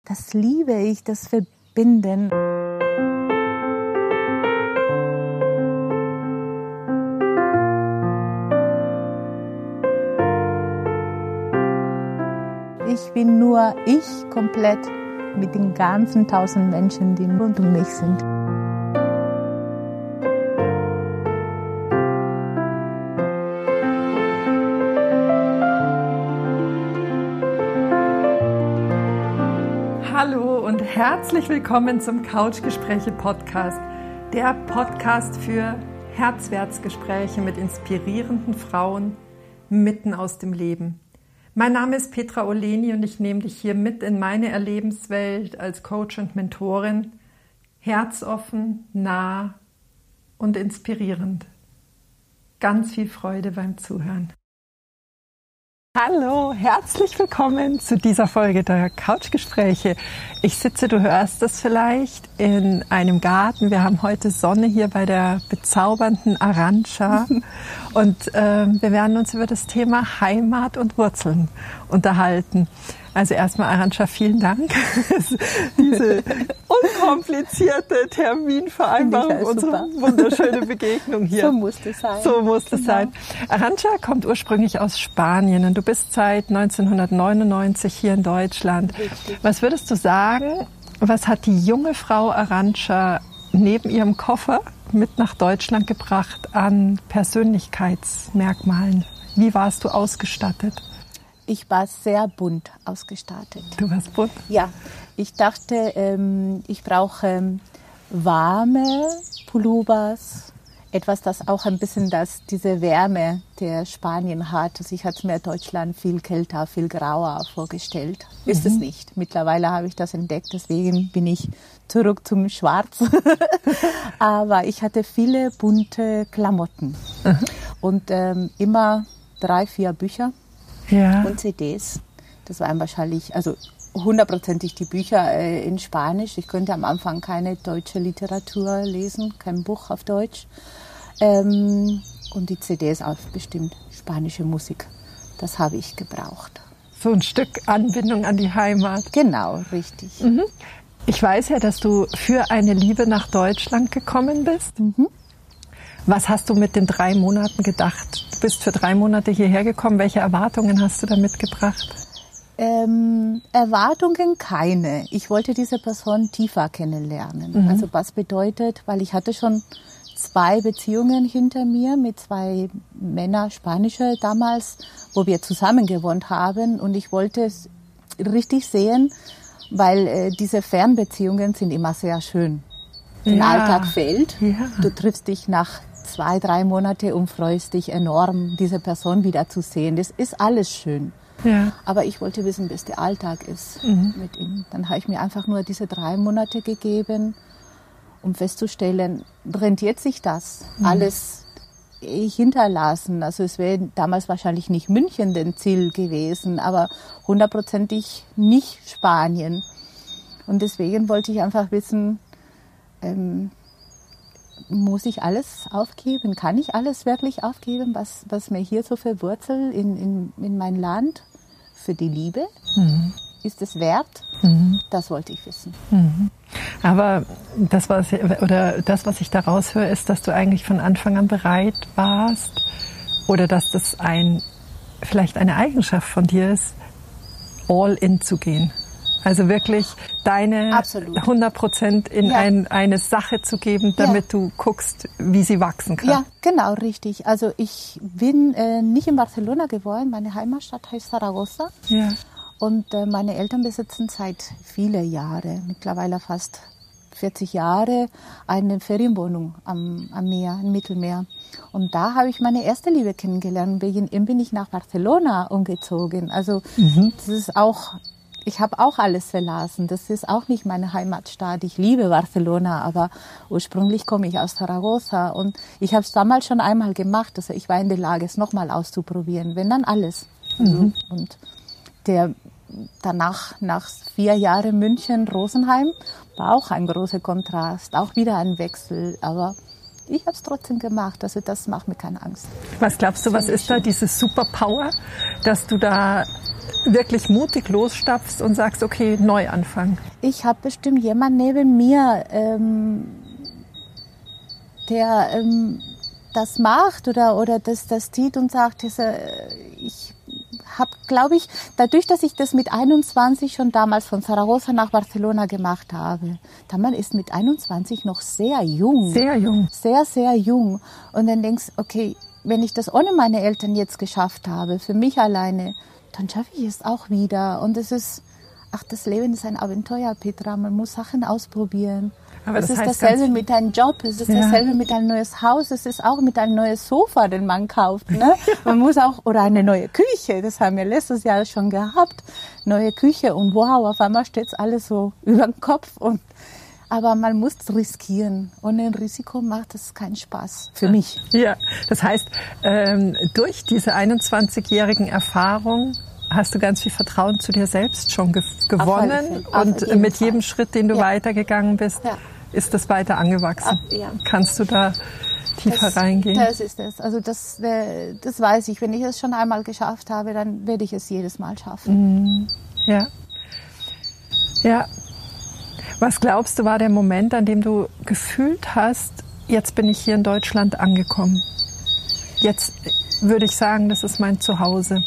das liebe ich, das Verbinden. Ich bin nur ich komplett mit den ganzen 1000 Menschen, die rund um mich sind. Hallo und herzlich willkommen zum Couchgespräche-Podcast, der Podcast für Herzwärtsgespräche mit inspirierenden Frauen mitten aus dem Leben. Mein Name ist Petra Oleni und ich nehme dich hier mit in meine Erlebenswelt als Coach und Mentorin, herzoffen, nah und inspirierend. Ganz viel Freude beim Zuhören. Hallo, herzlich willkommen zu dieser Folge der Couchgespräche. Ich sitze, du hörst es vielleicht, in einem Garten. Wir haben heute Sonne hier bei der bezaubernden Arantxa und wir werden uns über das Thema Heimat und Wurzeln unterhalten. Also erstmal, Arantxa, vielen Dank. Diese unkomplizierte Terminvereinbarung, unsere wunderschöne Begegnung hier. So muss es sein. So muss es sein. Arantxa kommt ursprünglich aus Spanien und du bist seit 1999 hier in Deutschland. Richtig. Was würdest du sagen, was hat die junge Frau Arantxa neben ihrem Koffer mit nach Deutschland gebracht an Persönlichkeitsmerkmalen? Wie warst du ausgestattet? Ich war sehr bunt ausgestattet. Du warst bunt? Ja, ich dachte, ich brauche warme Pullovers, etwas, das auch ein bisschen diese Wärme der Spanien hat. Also ich hatte mir Deutschland viel kälter, viel grauer vorgestellt. Ist es nicht. Mittlerweile habe ich das entdeckt, deswegen bin ich zurück zum Schwarz. Aber ich hatte viele bunte Klamotten und immer 3-4 Bücher. Ja. Und CDs. Das waren wahrscheinlich, also 100%ig die Bücher in Spanisch. Ich konnte am Anfang keine deutsche Literatur lesen, kein Buch auf Deutsch. Und die CDs auch bestimmt spanische Musik. Das habe ich gebraucht. So ein Stück Anbindung an die Heimat. Genau, richtig. Ich weiß ja, dass du für eine Liebe nach Deutschland gekommen bist. Was hast du mit den 3 Monaten gedacht? Du bist für 3 Monate hierher gekommen. Welche Erwartungen hast du da mitgebracht? Erwartungen keine. Ich wollte diese Person tiefer kennenlernen. Also was bedeutet, weil ich hatte schon 2 Beziehungen hinter mir mit 2 Männern, spanische damals, wo wir zusammen gewohnt haben. Und ich wollte es richtig sehen, weil diese Fernbeziehungen sind immer sehr schön. Der Alltag fehlt. Ja. Du triffst dich nach 2-3 Monate und freust dich enorm, diese Person wieder zu sehen. Das ist alles schön. Ja. Aber ich wollte wissen, wie es der Alltag ist mit ihm. Dann habe ich mir einfach nur diese 3 Monate gegeben, um festzustellen, rentiert sich das alles hinterlassen. Also es wäre damals wahrscheinlich nicht München den Ziel gewesen, aber 100%ig nicht Spanien. Und deswegen wollte ich einfach wissen, muss ich alles aufgeben? Kann ich alles wirklich aufgeben, was mir hier so verwurzelt in mein Land? Für die Liebe? Ist es wert? Das wollte ich wissen. Aber das, was ich daraus höre, ist, dass du eigentlich von Anfang an bereit warst oder dass das vielleicht eine Eigenschaft von dir ist, all in zu gehen. Also wirklich deine 100% in eine Sache zu geben, damit du guckst, wie sie wachsen kann. Ja, genau, richtig. Also ich bin nicht in Barcelona geboren, meine Heimatstadt heißt Zaragoza. Ja. Und meine Eltern besitzen seit vielen Jahren, mittlerweile fast 40 Jahre, eine Ferienwohnung am Meer, im Mittelmeer. Und da habe ich meine erste Liebe kennengelernt. Wegen ihm bin ich nach Barcelona umgezogen. Also das ist auch... Ich habe auch alles verlassen. Das ist auch nicht meine Heimatstadt. Ich liebe Barcelona, aber ursprünglich komme ich aus Zaragoza. Und ich habe es damals schon einmal gemacht. Also ich war in der Lage, es nochmal auszuprobieren. Wenn dann alles. Und danach, nach 4 Jahren München, Rosenheim, war auch ein großer Kontrast. Auch wieder ein Wechsel. Aber ich habe es trotzdem gemacht. Also das macht mir keine Angst. Was glaubst du, was ist da diese Superpower, dass du da wirklich mutig losstapfst und sagst, okay, Neuanfang? Ich habe bestimmt jemanden neben mir, der das macht oder das sieht und sagt, ich habe, glaube ich, dadurch, dass ich das mit 21 schon damals von Zaragoza nach Barcelona gemacht habe, man ist mit 21 noch sehr jung. Sehr jung. Sehr, sehr jung. Und dann denkst du, okay, wenn ich das ohne meine Eltern jetzt geschafft habe, für mich alleine, dann schaffe ich es auch wieder. Und das Leben ist ein Abenteuer, Petra. Man muss Sachen ausprobieren. Aber es ist dasselbe mit einem Job, es ist dasselbe mit einem neues Haus, es ist auch mit einem neues Sofa, den man kauft. Ne? Man muss auch, oder eine neue Küche, das haben wir letztes Jahr schon gehabt, neue Küche und wow, auf einmal steht alles so über den Kopf. Aber man muss riskieren. Ohne ein Risiko macht es keinen Spaß, für mich. Ja, das heißt, durch diese 21-jährigen Erfahrungen hast du ganz viel Vertrauen zu dir selbst schon gewonnen und mit jedem Schritt, den du weitergegangen bist, ist das weiter angewachsen. Kannst du da tiefer reingehen? Das ist es. Also das weiß ich. Wenn ich es schon einmal geschafft habe, dann werde ich es jedes Mal schaffen. Ja. Ja. Was glaubst du, war der Moment, an dem du gefühlt hast, jetzt bin ich hier in Deutschland angekommen? Jetzt würde ich sagen, das ist mein Zuhause.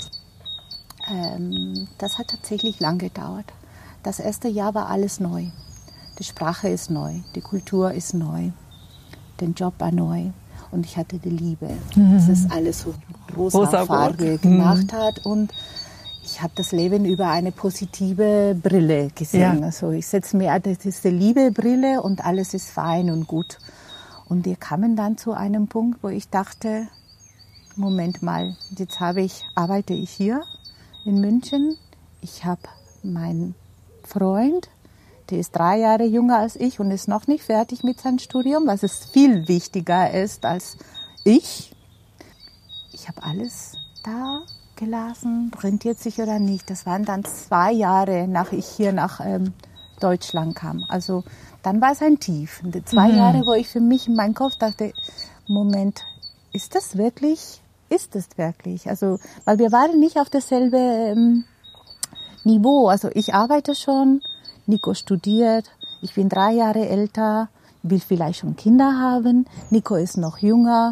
Das hat tatsächlich lang gedauert. Das erste Jahr war alles neu. Die Sprache ist neu, die Kultur ist neu, der Job war neu und ich hatte die Liebe. Das ist alles so rosa Farbe gemacht hat und ich habe das Leben über eine positive Brille gesehen. Ja. Also ich setze mir diese Liebe-Brille und alles ist fein und gut. Und wir kamen dann zu einem Punkt, wo ich dachte, Moment mal, jetzt arbeite ich hier in München. Ich habe meinen Freund, der ist 3 Jahre jünger als ich und ist noch nicht fertig mit seinem Studium, was es viel wichtiger ist als ich. Ich habe alles da gelassen, rentiert sich oder nicht. Das waren dann 2 Jahre, nach ich hier nach Deutschland kam. Also dann war es ein Tief. Und die 2 Jahre, wo ich für mich in meinem Kopf dachte, Moment, ist das wirklich? Ist es wirklich? Also, weil wir waren nicht auf dasselbe Niveau. Also ich arbeite schon, Nico studiert, ich bin 3 Jahre älter, will vielleicht schon Kinder haben, Nico ist noch jünger.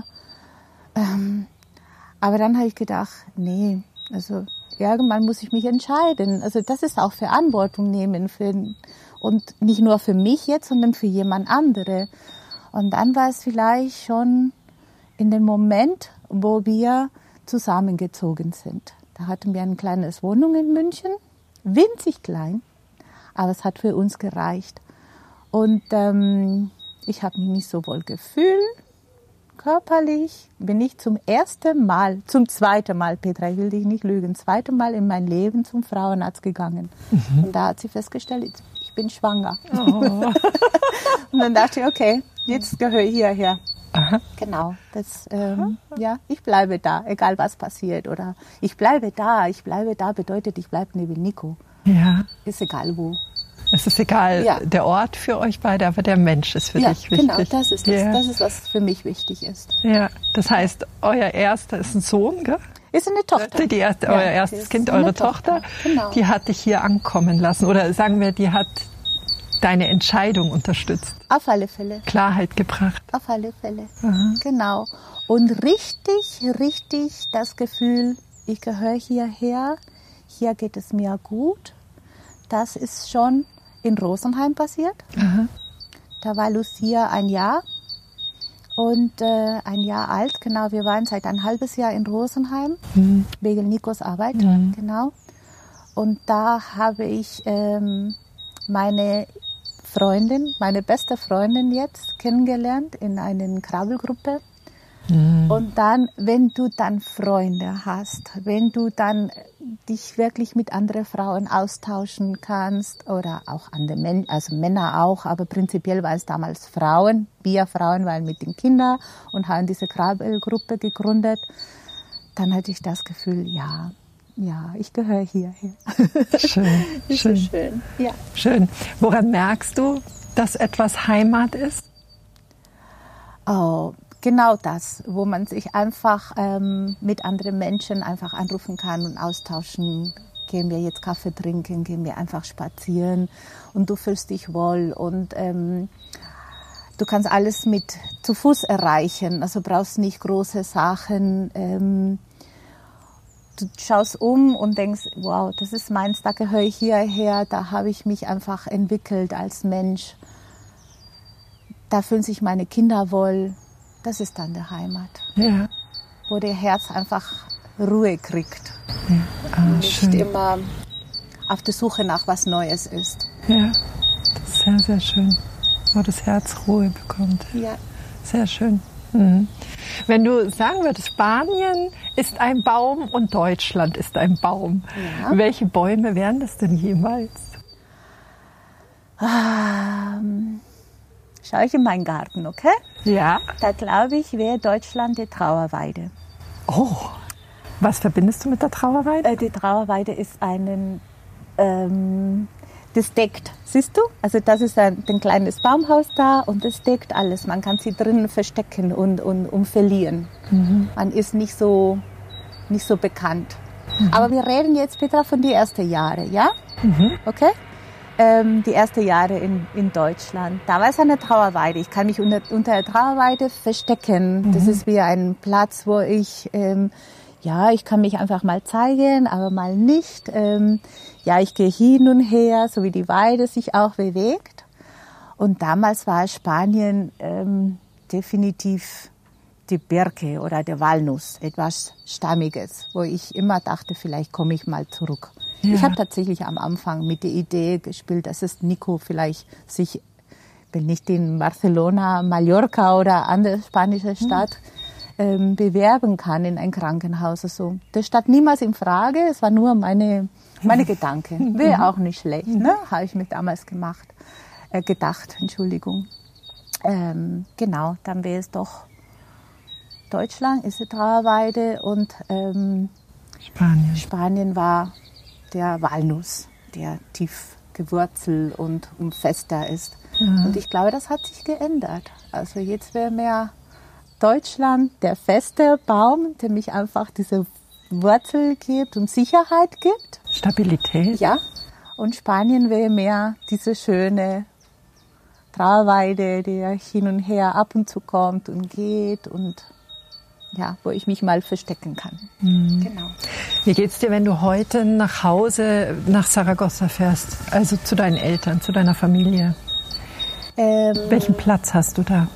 Aber dann habe ich gedacht, nee, also irgendwann muss ich mich entscheiden. Also das ist auch Verantwortung nehmen und nicht nur für mich jetzt, sondern für jemand andere. Und dann war es vielleicht schon in dem Moment, wo wir zusammengezogen sind. Da hatten wir eine kleine Wohnung in München, winzig klein, aber es hat für uns gereicht. Und ich habe mich nicht so wohl gefühlt, körperlich. Bin ich zum zweiten Mal, Petra, ich will dich nicht lügen, 2. Mal in mein Leben zum Frauenarzt gegangen. Und da hat sie festgestellt, ich bin schwanger. Oh. Und dann dachte ich, okay, jetzt gehöre ich hierher. Aha. Genau, ich bleibe da, egal was passiert. Oder ich bleibe da bedeutet, ich bleibe neben Nico. Ja. Ist egal wo. Es ist egal, der Ort für euch beide, aber der Mensch ist für dich wichtig. Genau, das ist das. Das ist, was für mich wichtig ist. Ja, das heißt, euer erster ist ein Sohn, gell? Ist eine Tochter. Euer erstes Kind, eure Tochter, genau. Die hat dich hier ankommen lassen. Oder sagen wir, die hat deine Entscheidung unterstützt. Auf alle Fälle. Klarheit gebracht. Auf alle Fälle, genau. Und richtig das Gefühl, ich gehöre hierher, hier geht es mir gut. Das ist schon in Rosenheim passiert. Aha. Da war Lucia 1 Jahr und 1 Jahr alt, genau. Wir waren seit ein halbes Jahr in Rosenheim, wegen Nikos Arbeit, genau. Und da habe ich meine beste Freundin jetzt kennengelernt in einer Krabbelgruppe. Und dann, wenn du dann Freunde hast, wenn du dann dich wirklich mit anderen Frauen austauschen kannst oder auch andere also Männer auch, aber prinzipiell waren es damals Frauen. Wir Frauen waren mit den Kindern und haben diese Krabbelgruppe gegründet. Dann hatte ich das Gefühl, ja, ich gehöre hierher. Schön, schön. Schön, ja. Schön. Woran merkst du, dass etwas Heimat ist? Oh, genau das, wo man sich einfach mit anderen Menschen einfach anrufen kann und austauschen gehen wir jetzt Kaffee trinken, gehen wir einfach spazieren und du fühlst dich wohl und du kannst alles zu Fuß erreichen, also brauchst nicht große Sachen. Du schaust und denkst, wow, das ist meins, da gehöre ich hierher, da habe ich mich einfach entwickelt als Mensch. Da fühlen sich meine Kinder wohl. Das ist dann die Heimat, ja. Wo der Herz einfach Ruhe kriegt. Ja. Nicht schön. Immer auf der Suche nach was Neues ist. Ja, das ist sehr, sehr schön, wo das Herz Ruhe bekommt. Ja. Sehr schön. Mhm. Wenn du sagen würdest, Spanien ist ein Baum und Deutschland ist ein Baum, ja. Welche Bäume wären das denn jeweils? Schau ich in meinen Garten, okay? Ja. Da glaube ich, wäre Deutschland die Trauerweide. Oh, was verbindest du mit der Trauerweide? Die Trauerweide ist das deckt, siehst du? Also das ist ein kleines Baumhaus da und das deckt alles. Man kann sie drinnen verstecken und verlieren. Mhm. Man ist nicht so bekannt. Mhm. Aber wir reden jetzt, Petra, von den ersten Jahren, ja? Mhm. Okay? Die ersten Jahre in Deutschland. Da war es eine Trauerweide. Ich kann mich unter der Trauerweide verstecken. Mhm. Das ist wie ein Platz, wo ich kann mich einfach mal zeigen, aber mal nicht. Ich gehe hin und her, so wie die Weide sich auch bewegt. Und damals war Spanien definitiv die Birke oder der Walnuss, etwas Stammiges, wo ich immer dachte, vielleicht komme ich mal zurück. Ja. Ich habe tatsächlich am Anfang mit der Idee gespielt, dass es Nico vielleicht sich, wenn nicht in Barcelona, Mallorca oder andere spanische Stadt, bewerben kann in ein Krankenhaus. Also, das stand niemals in Frage, es war nur meine Gedanken. Wäre auch nicht schlecht, ne? Habe ich mir damals gedacht, Entschuldigung. Genau, dann wäre es doch Deutschland, ist die Trauerweide und Spanien war der Walnuss, der tief gewurzelt und fester ist. Mhm. Und ich glaube, das hat sich geändert. Also jetzt wäre mehr Deutschland der feste Baum, der mich einfach diese Wurzel gibt und Sicherheit gibt. Stabilität. Ja. Und Spanien wäre mehr diese schöne Trauerweide, der hin und her ab und zu kommt und geht und ja, wo ich mich mal verstecken kann. Mhm. Genau. Wie geht's dir, wenn du heute nach Hause nach Saragossa fährst? Also zu deinen Eltern, zu deiner Familie? Welchen Platz hast du da?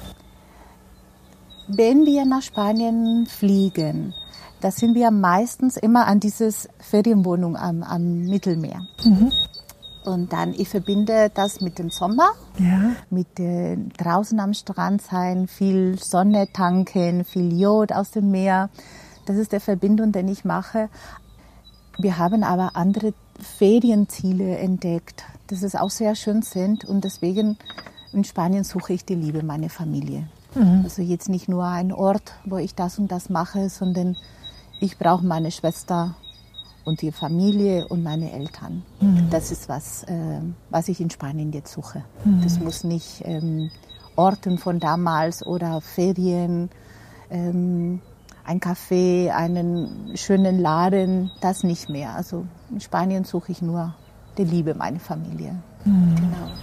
Wenn wir nach Spanien fliegen, da sind wir meistens immer an dieses Ferienwohnung am Mittelmeer. Mhm. Und dann, ich verbinde das mit dem Sommer, ja. Mit draußen am Strand sein, viel Sonne tanken, viel Jod aus dem Meer. Das ist der Verbindung, den ich mache. Wir haben aber andere Ferienziele entdeckt, dass es auch sehr schön sind. Und deswegen in Spanien suche ich die Liebe meiner Familie. Mhm. Also jetzt nicht nur ein Ort, wo ich das und das mache, sondern ich brauche meine Schwester und die Familie und meine Eltern. Mhm. Das ist was ich in Spanien jetzt suche. Mhm. Das muss nicht Orten von damals oder Ferien, ein Café, einen schönen Laden, das nicht mehr. Also in Spanien suche ich nur die Liebe meiner Familie. Mhm. Genau.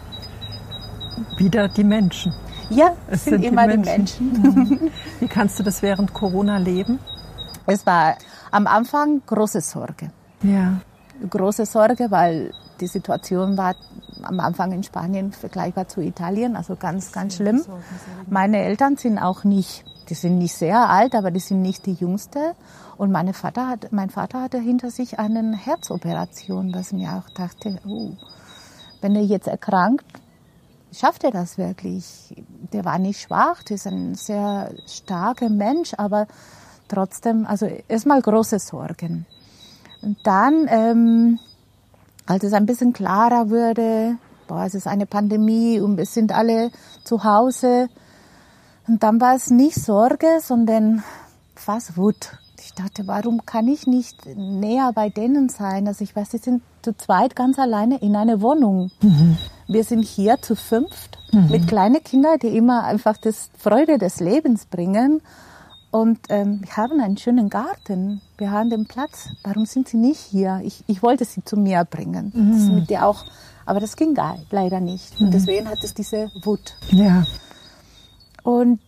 Wieder die Menschen. Ja, es sind immer die Menschen. Mhm. Wie kannst du das während Corona leben? Es war am Anfang große Sorge. Ja. Große Sorge, weil die Situation war am Anfang in Spanien vergleichbar zu Italien, also ganz, ganz schlimm. Meine Eltern sind auch nicht, die sind nicht sehr alt, aber die sind nicht die Jüngste. Und mein Vater hatte hinter sich eine Herzoperation, was mir auch dachte, wenn er jetzt erkrankt, schafft er das wirklich? Der war nicht schwach, der ist ein sehr starker Mensch, aber trotzdem, also erstmal große Sorgen. Und dann, als es ein bisschen klarer wurde, es ist eine Pandemie und wir sind alle zu Hause. Und dann war es nicht Sorge, sondern fast Wut. Ich dachte, warum kann ich nicht näher bei denen sein? Also ich weiß, sie sind zu zweit ganz alleine in einer Wohnung. Mhm. Wir sind hier zu fünft mit kleinen Kindern, die immer einfach das Freude des Lebens bringen. Und wir haben einen schönen Garten, wir haben den Platz. Warum sind Sie nicht hier? Ich wollte Sie zu mir bringen. Das ist mit dir auch, aber das ging leider nicht. Und deswegen hat es diese Wut. Ja. Und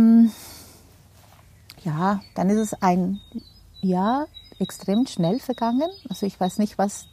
ja, dann ist es ein Jahr extrem schnell vergangen. Also ich weiß nicht, was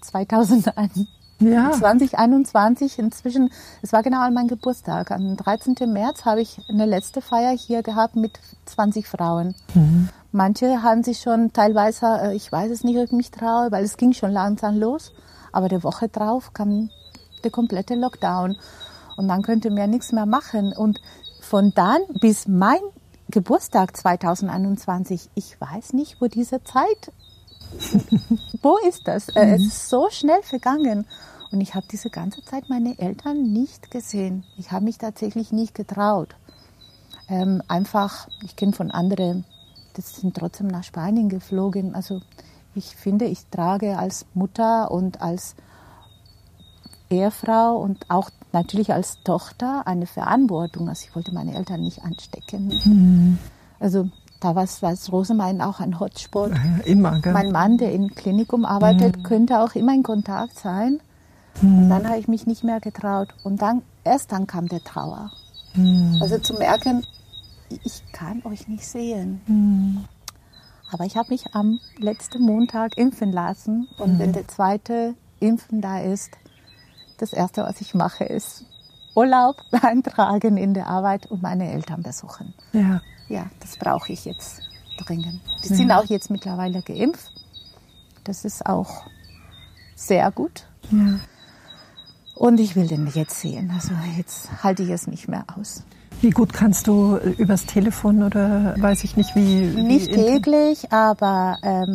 2021 inzwischen, es war genau an meinem Geburtstag. Am 13. März habe ich eine letzte Feier hier gehabt mit 20 Frauen. Manche haben sich schon teilweise, ich weiß es nicht, ob ich mich traue, weil es ging schon langsam los. Aber die Woche drauf kam der komplette Lockdown. Und dann könnte man nichts mehr machen. Und von dann bis mein Geburtstag 2021, ich weiß nicht, wo diese Zeit, wo ist das? Es ist so schnell vergangen. Und ich habe diese ganze Zeit meine Eltern nicht gesehen. Ich habe mich tatsächlich nicht getraut. Einfach, ich kenne von anderen, das sind trotzdem nach Spanien geflogen. Also ich finde, ich trage als Mutter und als Ehefrau und auch natürlich als Tochter eine Verantwortung. Also ich wollte meine Eltern nicht anstecken. Also da war Rosenheim auch ein Hotspot. Ja, immer, gell? Mein Mann, der im Klinikum arbeitet, könnte auch immer in Kontakt sein. Und dann habe ich mich nicht mehr getraut. Und erst dann kam der Trauer. Also zu merken, ich kann euch nicht sehen. Aber ich habe mich am letzten Montag impfen lassen. Und wenn der zweite Impfen da ist, das Erste, was ich mache, ist Urlaub eintragen in der Arbeit und meine Eltern besuchen. Ja. Ja, das brauche ich jetzt dringend. Die sind auch jetzt mittlerweile geimpft. Das ist auch sehr gut. Ja. Und ich will den jetzt sehen. Also jetzt halte ich es nicht mehr aus. Wie gut kannst du übers Telefon oder weiß ich nicht wie? Nicht täglich, aber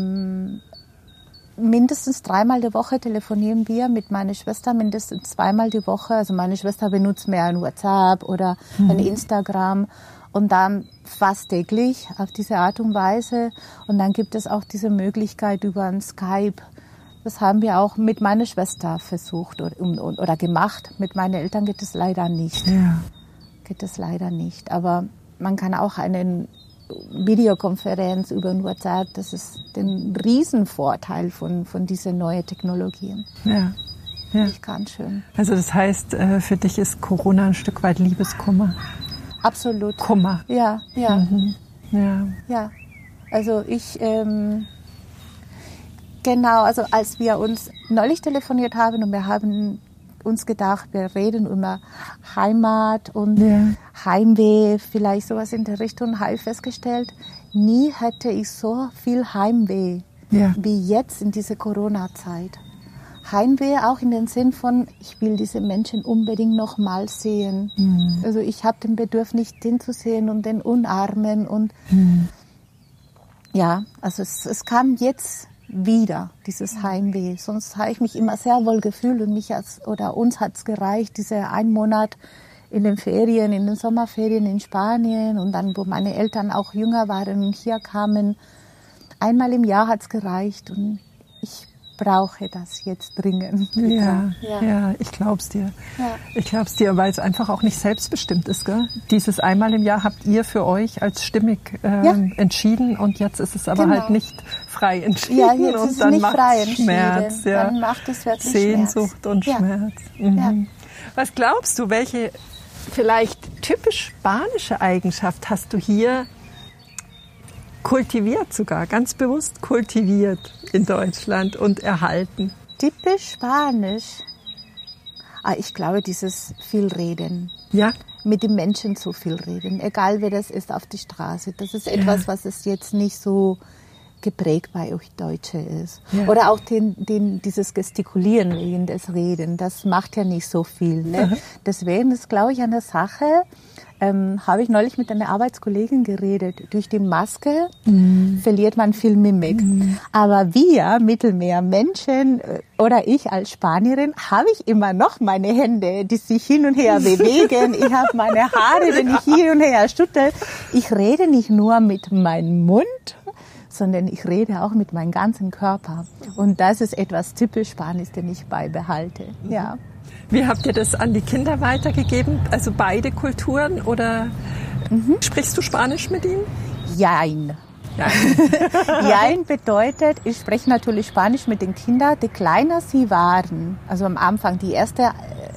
mindestens 3-mal die Woche telefonieren wir mit meiner Schwester, mindestens 2-mal die Woche. Also meine Schwester benutzt mehr ein WhatsApp oder ein Instagram und dann fast täglich auf diese Art und Weise. Und dann gibt es auch diese Möglichkeit über ein Skype. Das haben wir auch mit meiner Schwester versucht oder gemacht. Mit meinen Eltern geht es leider nicht. Ja. Geht es leider nicht. Aber man kann auch eine Videokonferenz über WhatsApp, das ist ein Riesenvorteil von diesen neuen Technologien. Ja. Ja. Ich kann schön. Also das heißt, für dich ist Corona ein Stück weit Liebeskummer? Absolut. Kummer. Ja, ja. Ja. Ja. Also genau, also als wir uns neulich telefoniert haben und wir haben uns gedacht, wir reden über Heimat und Heimweh, vielleicht sowas in der Richtung, habe ich festgestellt, nie hätte ich so viel Heimweh wie jetzt in dieser Corona-Zeit. Heimweh auch in den Sinn von, ich will diese Menschen unbedingt noch mal sehen. Also ich habe den Bedürfnis, den zu sehen und den umarmen und ja, also es kam jetzt wieder, dieses Heimweh. Sonst habe ich mich immer sehr wohl gefühlt und uns hat es gereicht, diese 1 Monat in den Ferien, in den Sommerferien in Spanien und dann, wo meine Eltern auch jünger waren und hier kamen. Einmal im Jahr hat es gereicht und ich brauche das jetzt dringend. Ja, ich glaub's dir. Ja. Ich glaub's dir, weil es einfach auch nicht selbstbestimmt ist, gell? Dieses einmal im Jahr habt ihr für euch als stimmig entschieden und jetzt ist es aber halt nicht frei entschieden. Ja, jetzt und ist dann es nicht macht frei es Schmerz. entschieden. Ja. Dann macht es wirklich Sehnsucht Schmerz. und Schmerz. Ja. Was glaubst du, welche vielleicht typisch spanische Eigenschaft hast du hier kultiviert sogar, ganz bewusst kultiviert in Deutschland und erhalten? Typisch Spanisch. Ich glaube, dieses viel Reden. Ja. Mit den Menschen so viel reden, egal wer das ist auf die Straße. Das ist etwas, was es jetzt nicht so geprägt bei euch Deutsche ist. Ja. Oder auch dieses Gestikulieren wegen des Reden, das macht ja nicht so viel. Ne? Deswegen ist, glaube ich, eine Sache, habe ich neulich mit einer Arbeitskollegin geredet. Durch die Maske verliert man viel Mimik. Aber wir Mittelmeermenschen oder ich als Spanierin habe ich immer noch meine Hände, die sich hin und her bewegen. Ich habe meine Haare, die ich hin und her schüttel. Ich rede nicht nur mit meinem Mund, sondern ich rede auch mit meinem ganzen Körper. Und das ist etwas typisch Spanisch, den ich beibehalte. Ja. Wie habt ihr das an die Kinder weitergegeben? Also beide Kulturen oder sprichst du Spanisch mit ihnen? Jein. Jein bedeutet, ich spreche natürlich Spanisch mit den Kindern, die kleiner sie waren. Also am Anfang, die erste,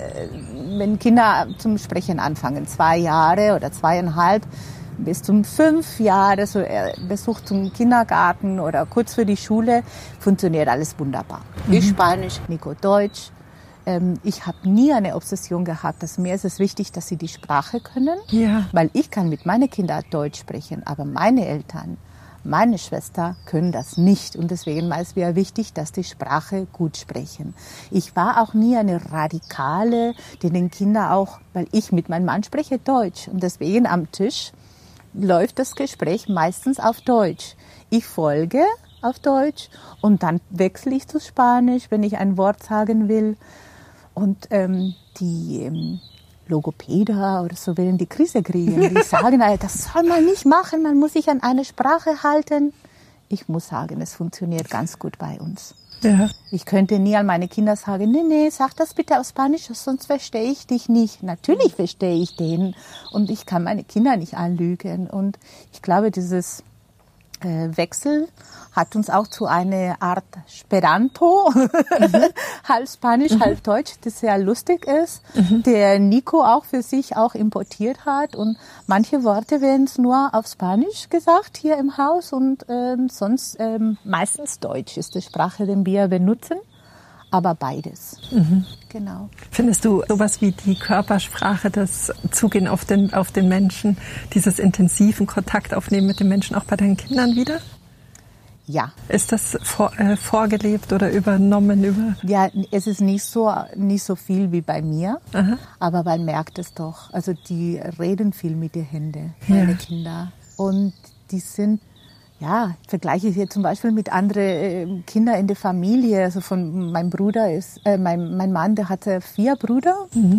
wenn Kinder zum Sprechen anfangen, 2 Jahre oder 2,5 bis zum 5 Jahre, so Besuch zum Kindergarten oder kurz für die Schule, funktioniert alles wunderbar. Ich Spanisch, Nico Deutsch. Ich habe nie eine Obsession gehabt, dass mir ist es wichtig, dass sie die Sprache können, weil ich kann mit meinen Kindern Deutsch sprechen, aber meine Eltern, meine Schwester können das nicht und deswegen war es mir wichtig, dass die Sprache gut sprechen. Ich war auch nie eine Radikale, die den Kindern auch, weil ich mit meinem Mann spreche Deutsch und deswegen am Tisch läuft das Gespräch meistens auf Deutsch. Ich folge auf Deutsch und dann wechsle ich zu Spanisch, wenn ich ein Wort sagen will. Und die Logopäder oder so werden die Krise kriegen. Die sagen, das soll man nicht machen, man muss sich an eine Sprache halten. Ich muss sagen, es funktioniert ganz gut bei uns. Ja. Ich könnte nie an meine Kinder sagen, nee, sag das bitte auf Spanisch, sonst verstehe ich dich nicht. Natürlich verstehe ich den und ich kann meine Kinder nicht anlügen. Und ich glaube, dieses Wechsel hat uns auch zu einer Art Esperanto, halb Spanisch, halb Deutsch, das sehr lustig ist, der Nico auch für sich auch importiert hat. Und manche Worte werden nur auf Spanisch gesagt hier im Haus und sonst meistens Deutsch ist die Sprache, die wir benutzen. Aber beides. Genau. Findest du sowas wie die Körpersprache, das Zugehen auf den Menschen, dieses intensiven Kontakt aufnehmen mit den Menschen auch bei deinen Kindern wieder? Ja. Ist das vorgelebt oder übernommen? Ja, es ist nicht so viel wie bei mir, aber man merkt es doch. Also die reden viel mit den Händen, meine Kinder. Und die sind, ja, vergleiche ich hier zum Beispiel mit anderen Kindern in der Familie. Also von meinem Bruder mein Mann, der hatte 4 Brüder.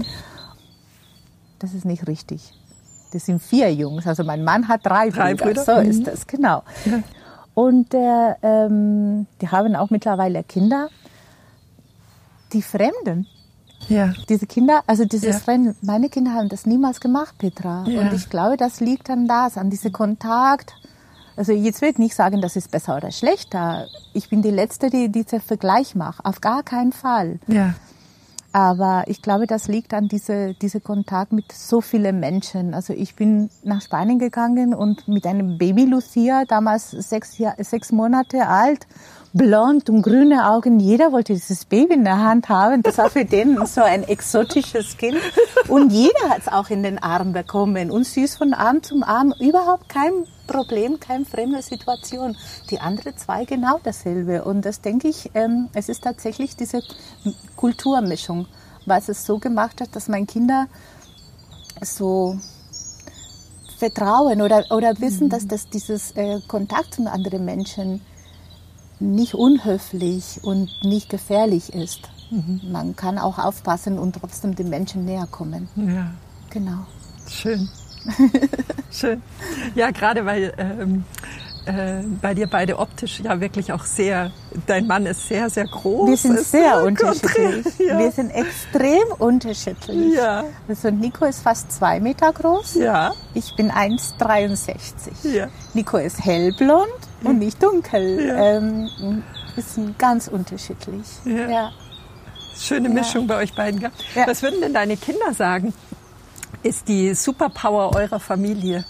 Das ist nicht richtig. Das sind 4 Jungs. Also mein Mann hat 3 Brüder. So ist das, genau. Ja. Und die haben auch mittlerweile Kinder. Die Fremden. Ja. Diese Kinder, also dieses Fremden, meine Kinder haben das niemals gemacht, Petra. Ja. Und ich glaube, das liegt an diesem Kontakt. Also jetzt will ich nicht sagen, das ist besser oder schlechter. Ich bin die Letzte, die diesen Vergleich macht. Auf gar keinen Fall. Ja. Aber ich glaube, das liegt an diese Kontakt mit so vielen Menschen. Also ich bin nach Spanien gegangen und mit einem Baby Lucia, damals 6 Monate alt, blond und grüne Augen. Jeder wollte dieses Baby in der Hand haben. Das war für den so ein exotisches Kind. Und jeder hat es auch in den Arm bekommen. Und süß von Arm zum Arm. Überhaupt kein Problem, keine fremde Situation. Die anderen 2 genau dasselbe. Und das denke ich, es ist tatsächlich diese Kulturmischung, was es so gemacht hat, dass meine Kinder so vertrauen oder wissen, dass dieses Kontakt zu anderen Menschen nicht unhöflich und nicht gefährlich ist. Man kann auch aufpassen und trotzdem den Menschen näher kommen. Ja. Genau. Schön. Schön. Ja, gerade weil bei dir beide optisch ja wirklich auch sehr, dein Mann ist sehr, sehr groß. Wir sind sehr unterschiedlich. Ja. Wir sind extrem unterschiedlich. Ja. Also Nico ist fast 2 Meter groß. Ja. Ich bin 1,63. Ja. Nico ist hellblond und nicht dunkel. Ja. Wir sind ganz unterschiedlich. Ja. Ja. Schöne Mischung bei euch beiden. Gell? Ja. Was würden denn deine Kinder sagen, ist die Superpower eurer Familie?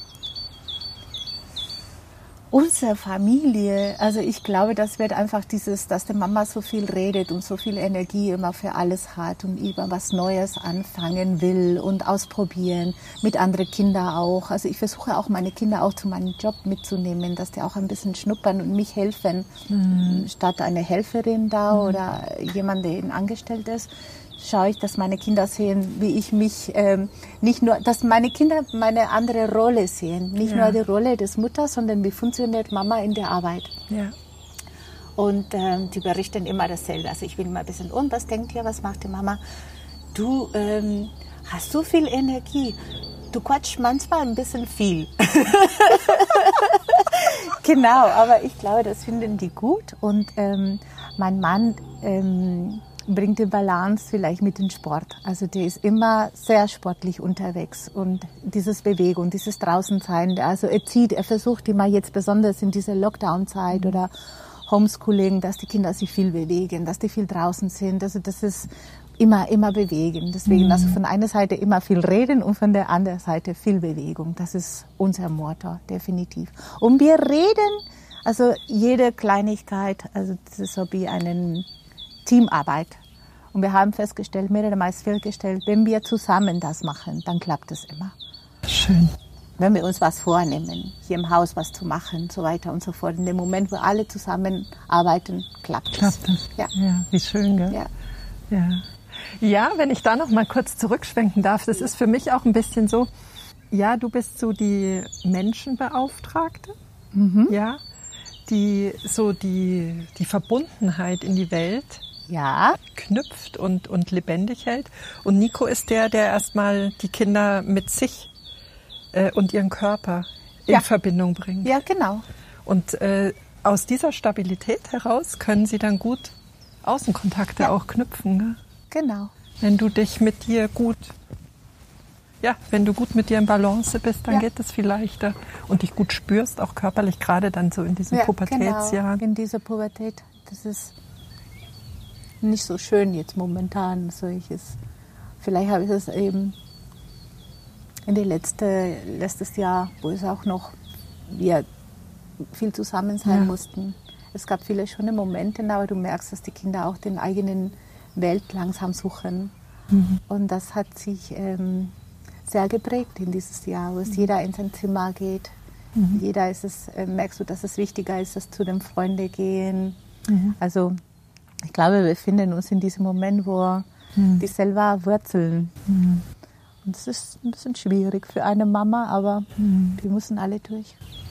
Unsere Familie, also ich glaube, das wird einfach dass die Mama so viel redet und so viel Energie immer für alles hat und immer was Neues anfangen will und ausprobieren, mit anderen Kindern auch. Also ich versuche auch meine Kinder auch zu meinem Job mitzunehmen, dass die auch ein bisschen schnuppern und mich helfen, statt eine Helferin da oder jemand, der ihnen angestellt ist. Schaue ich, dass meine Kinder sehen, wie ich mich, nicht nur, dass meine Kinder meine andere Rolle sehen. Nicht nur die Rolle des Mutters, sondern wie funktioniert Mama in der Arbeit. Ja. Und die berichten immer dasselbe. Also ich bin immer ein bisschen, und was denkt ihr, was macht die Mama? Du hast so viel Energie. Du quatschst manchmal ein bisschen viel. Genau, aber ich glaube, das finden die gut. Und mein Mann bringt die Balance vielleicht mit dem Sport. Also der ist immer sehr sportlich unterwegs und dieses Bewegung, dieses Draußensein, also er versucht immer jetzt besonders in dieser Lockdown-Zeit oder Homeschooling, dass die Kinder sich viel bewegen, dass die viel draußen sind. Also das ist immer bewegen. Deswegen also von einer Seite immer viel reden und von der anderen Seite viel Bewegung. Das ist unser Motto, definitiv. Und wir reden, also jede Kleinigkeit, also das ist so wie eine Teamarbeit. Und wir haben festgestellt, wenn wir zusammen das machen, dann klappt es immer. Schön. Wenn wir uns was vornehmen, hier im Haus was zu machen, so weiter und so fort. In dem Moment, wo alle zusammenarbeiten, klappt es. Ja. Ja, wie schön, gell? Ja. Ja. Ja, wenn ich da noch mal kurz zurückschwenken darf, das ist für mich auch ein bisschen so, ja, du bist so die Menschenbeauftragte, ja, die so die Verbundenheit in die Welt knüpft und lebendig hält. Und Nico ist der erstmal die Kinder mit sich und ihren Körper in Verbindung bringt. Ja, genau. Und aus dieser Stabilität heraus können sie dann gut Außenkontakte auch knüpfen. Ne? Genau. Wenn du dich mit dir wenn du gut mit dir in Balance bist, dann geht es viel leichter und dich gut spürst, auch körperlich, gerade dann so in diesen Pubertätsjahren. Genau, in dieser Pubertät. Das ist nicht so schön jetzt momentan. Vielleicht habe ich es eben in den letztes Jahr, wo es auch noch wir viel zusammen sein mussten. Es gab viele schöne Momente, aber du merkst, dass die Kinder auch den eigenen Welt langsam suchen. Und das hat sich sehr geprägt in dieses Jahr, wo es jeder in sein Zimmer geht. Jeder merkst du, dass es wichtiger ist, dass zu den Freunden gehen. Also ich glaube, wir befinden uns in diesem Moment, wo die selber wurzeln. Und es ist ein bisschen schwierig für eine Mama, aber wir müssen alle durch.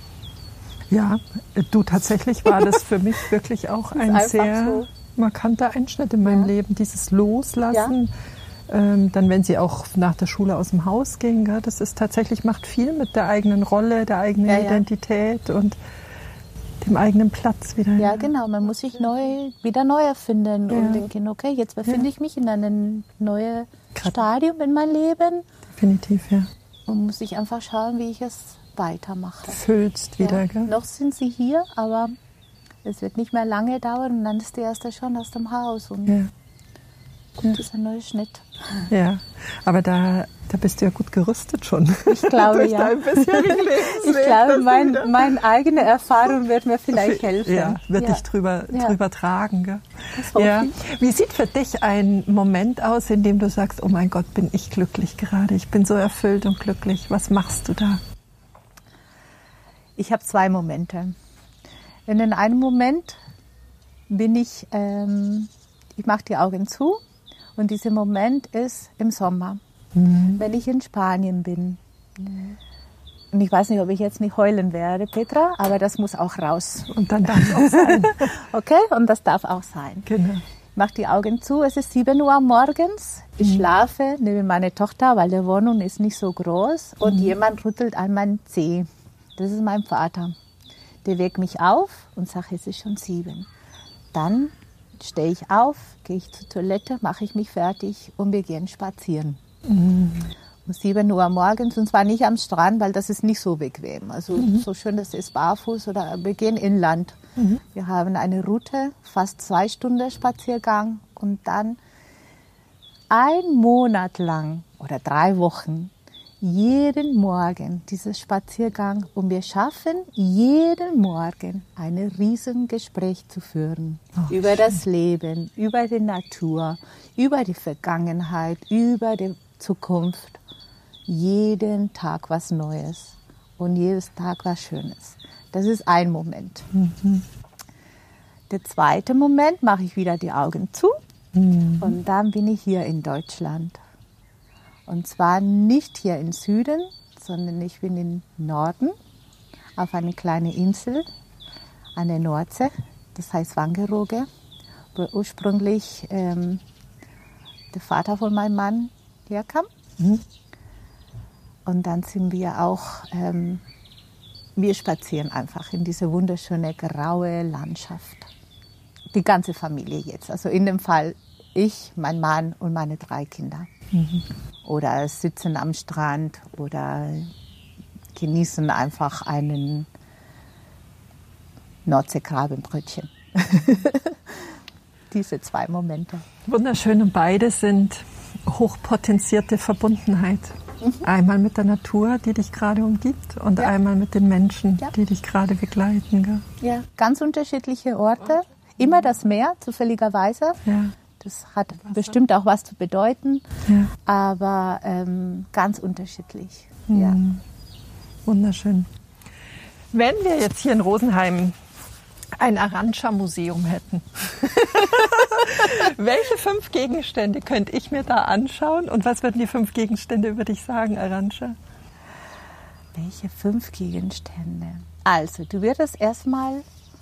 Ja, du, tatsächlich war das für mich wirklich auch ein sehr markanter Einschnitt in meinem Leben, dieses Loslassen. Dann, wenn sie auch nach der Schule aus dem Haus ging, das ist tatsächlich, macht viel mit der eigenen Rolle, der eigenen Identität und dem eigenen Platz wieder. Ja, genau, man muss sich wieder neu erfinden und denken, okay, jetzt befinde ich mich in einem neuen Stadium in meinem Leben. Definitiv, ja. Und muss ich einfach schauen, wie ich es weitermache. Füllst wieder, gell? Noch sind sie hier, aber es wird nicht mehr lange dauern und dann ist die erste schon aus dem Haus und das ist ein neuer Schnitt. Ja, aber da bist du ja gut gerüstet schon. Ich glaube, durch dein bisherigen Lebensweg. Ich glaube, meine eigene Erfahrung wird mir vielleicht helfen. Ja, wird dich drüber tragen. Gell? Das hoffe ich. Wie sieht für dich ein Moment aus, in dem du sagst, oh mein Gott, bin ich glücklich gerade. Ich bin so erfüllt und glücklich. Was machst du da? Ich habe 2 Momente. In einem Moment bin ich mache die Augen zu und dieser Moment ist im Sommer, wenn ich in Spanien bin. Und ich weiß nicht, ob ich jetzt nicht heulen werde, Petra, aber das muss auch raus. Und dann darf es auch sein. Okay, und das darf auch sein. Genau. Ich mache die Augen zu, es ist 7 Uhr morgens. Ich schlafe neben meiner Tochter, weil die Wohnung ist nicht so groß und jemand rüttelt an meinen Zeh. Das ist mein Vater. Der weckt mich auf und sagt, es ist schon 7. Dann stehe ich auf, gehe ich zur Toilette, mache ich mich fertig und wir gehen spazieren. Um 7 Uhr morgens und zwar nicht am Strand, weil das ist nicht so bequem. Also so schön, das ist barfuß oder wir gehen inland. Wir haben eine Route, fast 2 Stunden Spaziergang und dann 1 Monat lang oder 3 Wochen jeden Morgen dieses Spaziergang und wir schaffen jeden Morgen ein Riesengespräch zu führen über das Leben, über die Natur, über die Vergangenheit, über die Zukunft. Jeden Tag was Neues und jedes Tag was Schönes. Das ist ein Moment. Der zweite Moment mache ich wieder die Augen zu und dann bin ich hier in Deutschland. Und zwar nicht hier im Süden, sondern ich bin im Norden auf einer kleinen Insel an der Nordsee, das heißt Wangerooge, wo ursprünglich der Vater von meinem Mann herkam. Und dann sind wir auch, wir spazieren einfach in diese wunderschöne graue Landschaft. Die ganze Familie jetzt, also in dem Fall Ich, mein Mann und meine 3 Kinder. Oder sitzen am Strand oder genießen einfach einen Nordseekrabbenbrötchen. Diese 2 Momente. Wunderschön, und beide sind hochpotenzierte Verbundenheit. Einmal mit der Natur, die dich gerade umgibt, und einmal mit den Menschen, die dich gerade begleiten. Gell? Ja, ganz unterschiedliche Orte. Immer das Meer, zufälligerweise. Ja. Das hat bestimmt auch was zu bedeuten, aber ganz unterschiedlich. Ja. Wunderschön. Wenn wir jetzt hier in Rosenheim ein Arantxa-Museum hätten, welche 5 Gegenstände könnte ich mir da anschauen, und was würden die 5 Gegenstände über dich sagen, Arantxa? Welche 5 Gegenstände? Also, du würdest erstmal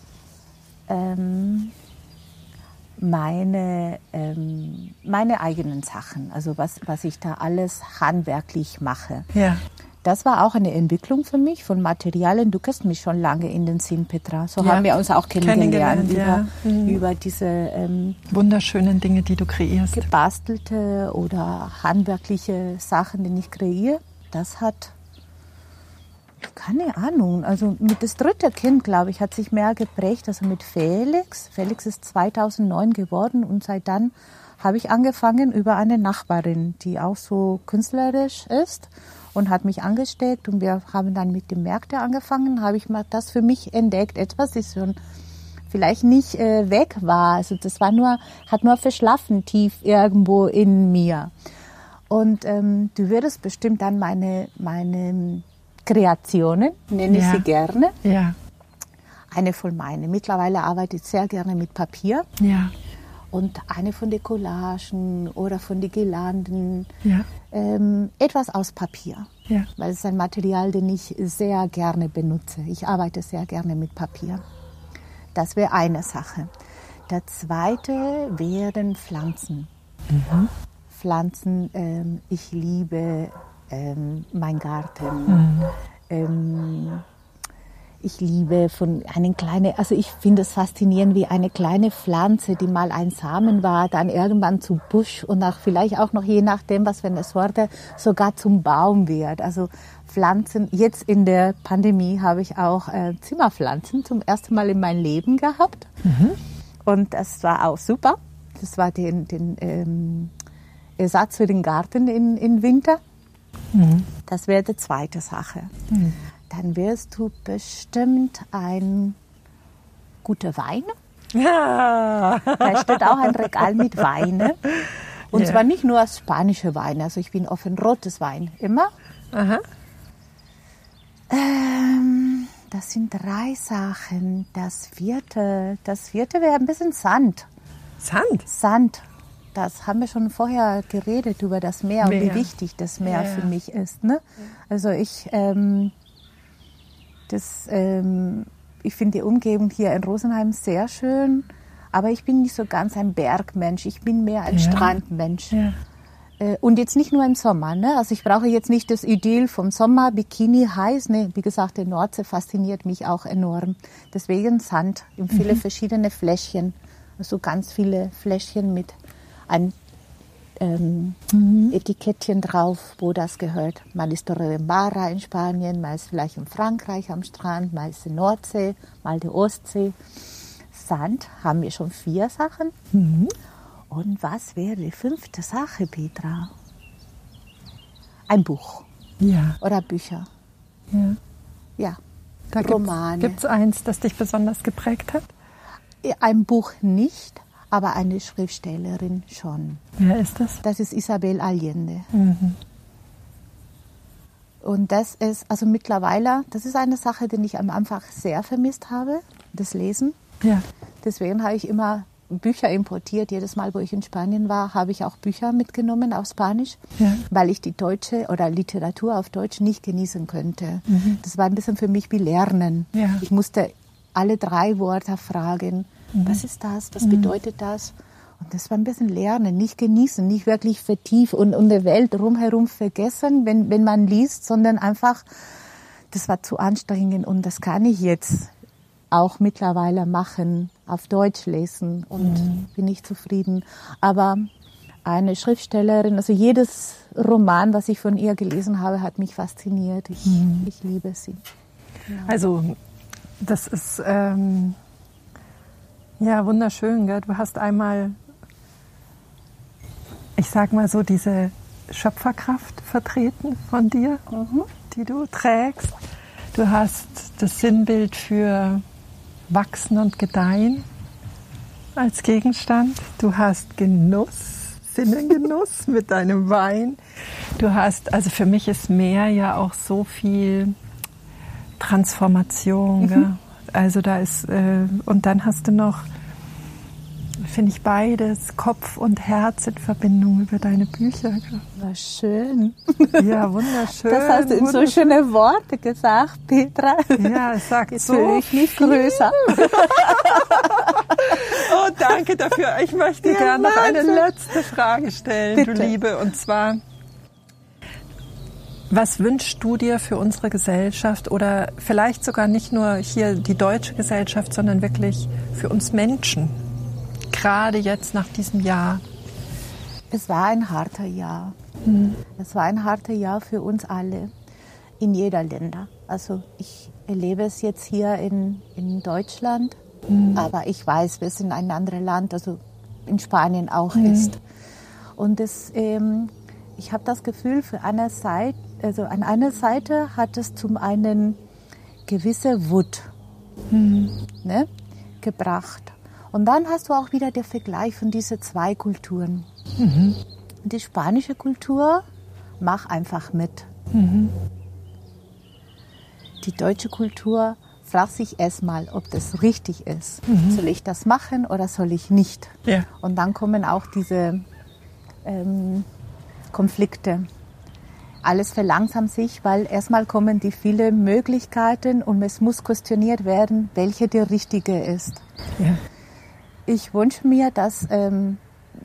meine eigenen Sachen, also was ich da alles handwerklich mache. Ja. Das war auch eine Entwicklung für mich von Materialien. Du kennst mich schon lange in den Sinn, Petra. So haben wir uns auch kennengelernt über diese wunderschönen Dinge, die du kreierst. Gebastelte oder handwerkliche Sachen, die ich kreiere. Das hat, keine Ahnung, also mit das 3. Kind, glaube ich, hat sich mehr geprägt, also mit Felix. Felix ist 2009 geworden, und seit dann habe ich angefangen über eine Nachbarin, die auch so künstlerisch ist, und hat mich angesteckt, und wir haben dann mit den Märkten angefangen, habe ich mal das für mich entdeckt, etwas, das schon vielleicht nicht weg war, also das war hat nur verschlafen tief irgendwo in mir. Und du würdest bestimmt dann meine Kreationen, nenne ich sie gerne. Ja. Eine von meinen. Mittlerweile arbeite ich sehr gerne mit Papier. Ja. Und eine von den Collagen oder von den Girlanden. Ja. Etwas aus Papier. Ja. Weil es ist ein Material, den ich sehr gerne benutze. Ich arbeite sehr gerne mit Papier. Das wäre eine Sache. Der zweite wären Pflanzen. Pflanzen, ich liebe meinen Garten. Ich liebe also ich finde es faszinierend, wie eine kleine Pflanze, die mal ein Samen war, dann irgendwann zu Busch und vielleicht auch noch, je nachdem, was für eine Sorte, sogar zum Baum wird. Also Pflanzen, jetzt in der Pandemie habe ich auch Zimmerpflanzen zum ersten Mal in meinem Leben gehabt. Und das war auch super. Das war den Ersatz für den Garten im Winter. Das wäre die zweite Sache. Dann wirst du bestimmt ein guter Wein. Ja. Da steht auch ein Regal mit Weine. Und zwar nicht nur spanische Weine. Also ich bin offen rotes Wein immer. Aha. Das sind 3 Sachen. Das vierte wäre ein bisschen Sand. Sand. Das haben wir schon vorher geredet über das Meer und wie wichtig das Meer für mich ist. Ne? Also ich finde die Umgebung hier in Rosenheim sehr schön, aber ich bin nicht so ganz ein Bergmensch. Ich bin mehr ein Strandmensch. Ja. Und jetzt nicht nur im Sommer. Ne? Also ich brauche jetzt nicht das Idyll vom Sommer, Bikini, heiß. Ne? Wie gesagt, die Nordsee fasziniert mich auch enorm. Deswegen Sand in viele verschiedene Fläschchen. Also ganz viele Fläschchen mit ein Etikettchen drauf, wo das gehört. Mal ist Torredembarra in Spanien, mal ist vielleicht in Frankreich am Strand, mal ist die Nordsee, mal die Ostsee. Sand haben wir schon 4 Sachen. Und was wäre die 5. Sache, Petra? Ein Buch. Ja. Oder Bücher. Ja. Ja. Da Romane. Gibt es eins, das dich besonders geprägt hat? Ein Buch nicht, aber eine Schriftstellerin schon. Wer ist das? Das ist Isabel Allende. Und das ist, also mittlerweile, das ist eine Sache, die ich am Anfang sehr vermisst habe, das Lesen. Ja. Deswegen habe ich immer Bücher importiert. Jedes Mal, wo ich in Spanien war, habe ich auch Bücher mitgenommen auf Spanisch, weil ich die deutsche oder Literatur auf Deutsch nicht genießen könnte. Das war ein bisschen für mich wie Lernen. Ja. Ich musste alle 3 Wörter fragen, was ist das, was bedeutet das? Und das war ein bisschen Lernen, nicht genießen, nicht wirklich vertiefen und die Welt rumherum vergessen, wenn man liest, sondern einfach, das war zu anstrengend und das kann ich jetzt auch mittlerweile machen, auf Deutsch lesen und bin ich zufrieden. Aber eine Schriftstellerin, also jedes Roman, was ich von ihr gelesen habe, hat mich fasziniert. Ich liebe sie. Genau. Also das ist ja wunderschön, gell? Du hast einmal, ich sag mal so, diese Schöpferkraft vertreten von dir, die du trägst. Du hast das Sinnbild für Wachsen und Gedeihen als Gegenstand. Du hast Genuss, Sinnengenuss mit deinem Wein. Du hast, also für mich ist Meer ja auch so viel Transformation. Gell? Also da ist, und dann hast du noch, finde ich, beides, Kopf und Herz in Verbindung über deine Bücher. Gell? War schön. Ja, wunderschön. Das hast du in so schöne Worte gesagt, Petra. Ja, es sagt jetzt so fühle ich mich größer. Oh, danke dafür. Ich möchte gerne noch eine letzte Frage stellen, Bitte. du Liebe. Und zwar, was wünschst du dir für unsere Gesellschaft oder vielleicht sogar nicht nur hier die deutsche Gesellschaft, sondern wirklich für uns Menschen, gerade jetzt nach diesem Jahr? Es war ein harter Jahr. Es war ein harter Jahr für uns alle, in jeder Länder. Also ich erlebe es jetzt hier in Deutschland, aber ich weiß, wie es in einem anderen Land, also in Spanien auch ist. Und ich habe das Gefühl, an einer Seite hat es zum einen gewisse Wut gebracht. Und dann hast du auch wieder den Vergleich von diesen zwei Kulturen. Die spanische Kultur, mach einfach mit. Die deutsche Kultur fragt sich erstmal, ob das richtig ist. Soll ich das machen oder soll ich nicht? Ja. Und dann kommen auch diese Konflikte. Alles verlangsamt sich, weil erstmal kommen die vielen Möglichkeiten und es muss questioniert werden, welche die richtige ist. Ja. Ich wünsche mir, dass in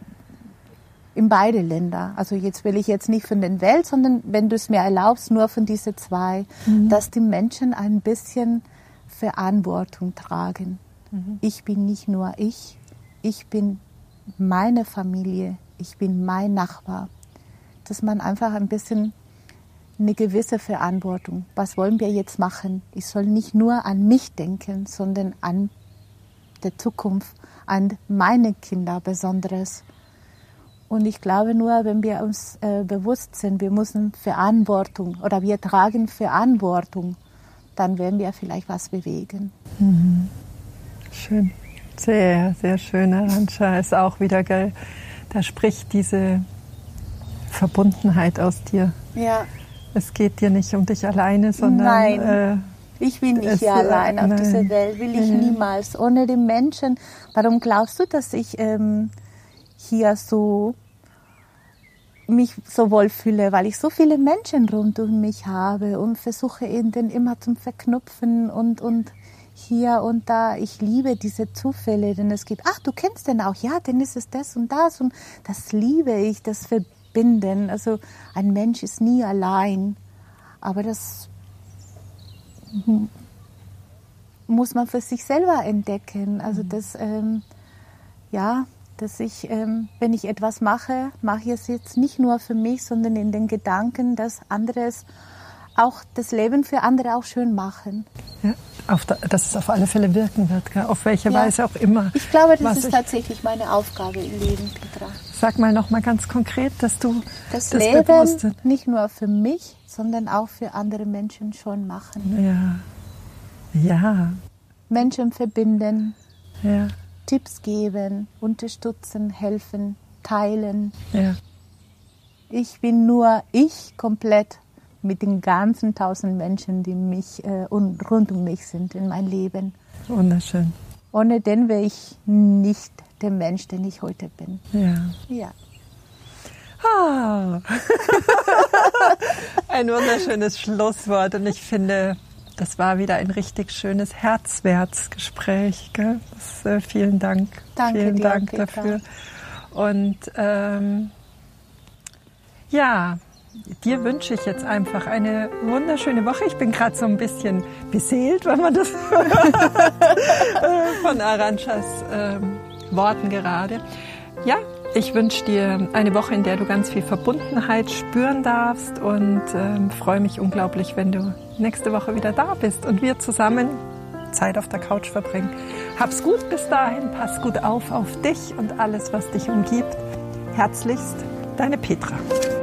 beide Länder, also jetzt will ich jetzt nicht von der Welt, sondern wenn du es mir erlaubst, nur von diesen zwei, dass die Menschen ein bisschen Verantwortung tragen. Ich bin nicht nur ich bin meine Familie, ich bin mein Nachbar. Dass man einfach ein bisschen eine gewisse Verantwortung, was wollen wir jetzt machen? Ich soll nicht nur an mich denken, sondern an der Zukunft, an meine Kinder besonderes. Und ich glaube nur, wenn wir uns bewusst sind, wir müssen Verantwortung oder wir tragen Verantwortung, dann werden wir vielleicht was bewegen. Schön. Sehr, sehr schön, Arantxa. Ist auch wieder geil. Da spricht diese Verbundenheit aus dir. Ja. Es geht dir nicht um dich alleine, sondern... Nein. Ich bin nicht hier allein auf dieser Welt, will ich niemals. Ohne die Menschen. Warum glaubst du, dass ich hier so mich so wohl fühle? Weil ich so viele Menschen rund um mich habe und versuche ihnen immer zum Verknüpfen und hier und da. Ich liebe diese Zufälle, denn es gibt, ach, du kennst den auch, ja, dann ist es das und das liebe ich, das Verbinden. Also ein Mensch ist nie allein, aber das muss man für sich selber entdecken. Also dass ich, wenn ich etwas mache, mache ich es jetzt nicht nur für mich, sondern in den Gedanken, dass anderes auch das Leben für andere auch schön machen. Ja, dass es auf alle Fälle wirken wird, gell? Auf welche Weise auch immer. Ich glaube, das ist tatsächlich meine Aufgabe im Leben, Petra. Sag mal noch mal ganz konkret, dass du das Leben Bewusste nicht nur für mich, sondern auch für andere Menschen schon machen. Ja. Menschen verbinden, Tipps geben, unterstützen, helfen, teilen. Ja. Ich bin nur ich komplett mit den ganzen 1000 Menschen, die mich rund um mich sind in mein Leben. Wunderschön. Ohne den wäre ich nicht der Mensch, den ich heute bin. Ja. Ah. Ein wunderschönes Schlusswort und ich finde, das war wieder ein richtig schönes Herzwärtsgespräch. Gell? Vielen Dank. Danke vielen dir, Dank Petra. dafür. Und dir wünsche ich jetzt einfach eine wunderschöne Woche. Ich bin gerade so ein bisschen beseelt, wenn man das hört, von Arantxas Worten gerade. Ja, ich wünsche dir eine Woche, in der du ganz viel Verbundenheit spüren darfst und freue mich unglaublich, wenn du nächste Woche wieder da bist und wir zusammen Zeit auf der Couch verbringen. Hab's gut bis dahin, pass gut auf dich und alles, was dich umgibt. Herzlichst, deine Petra.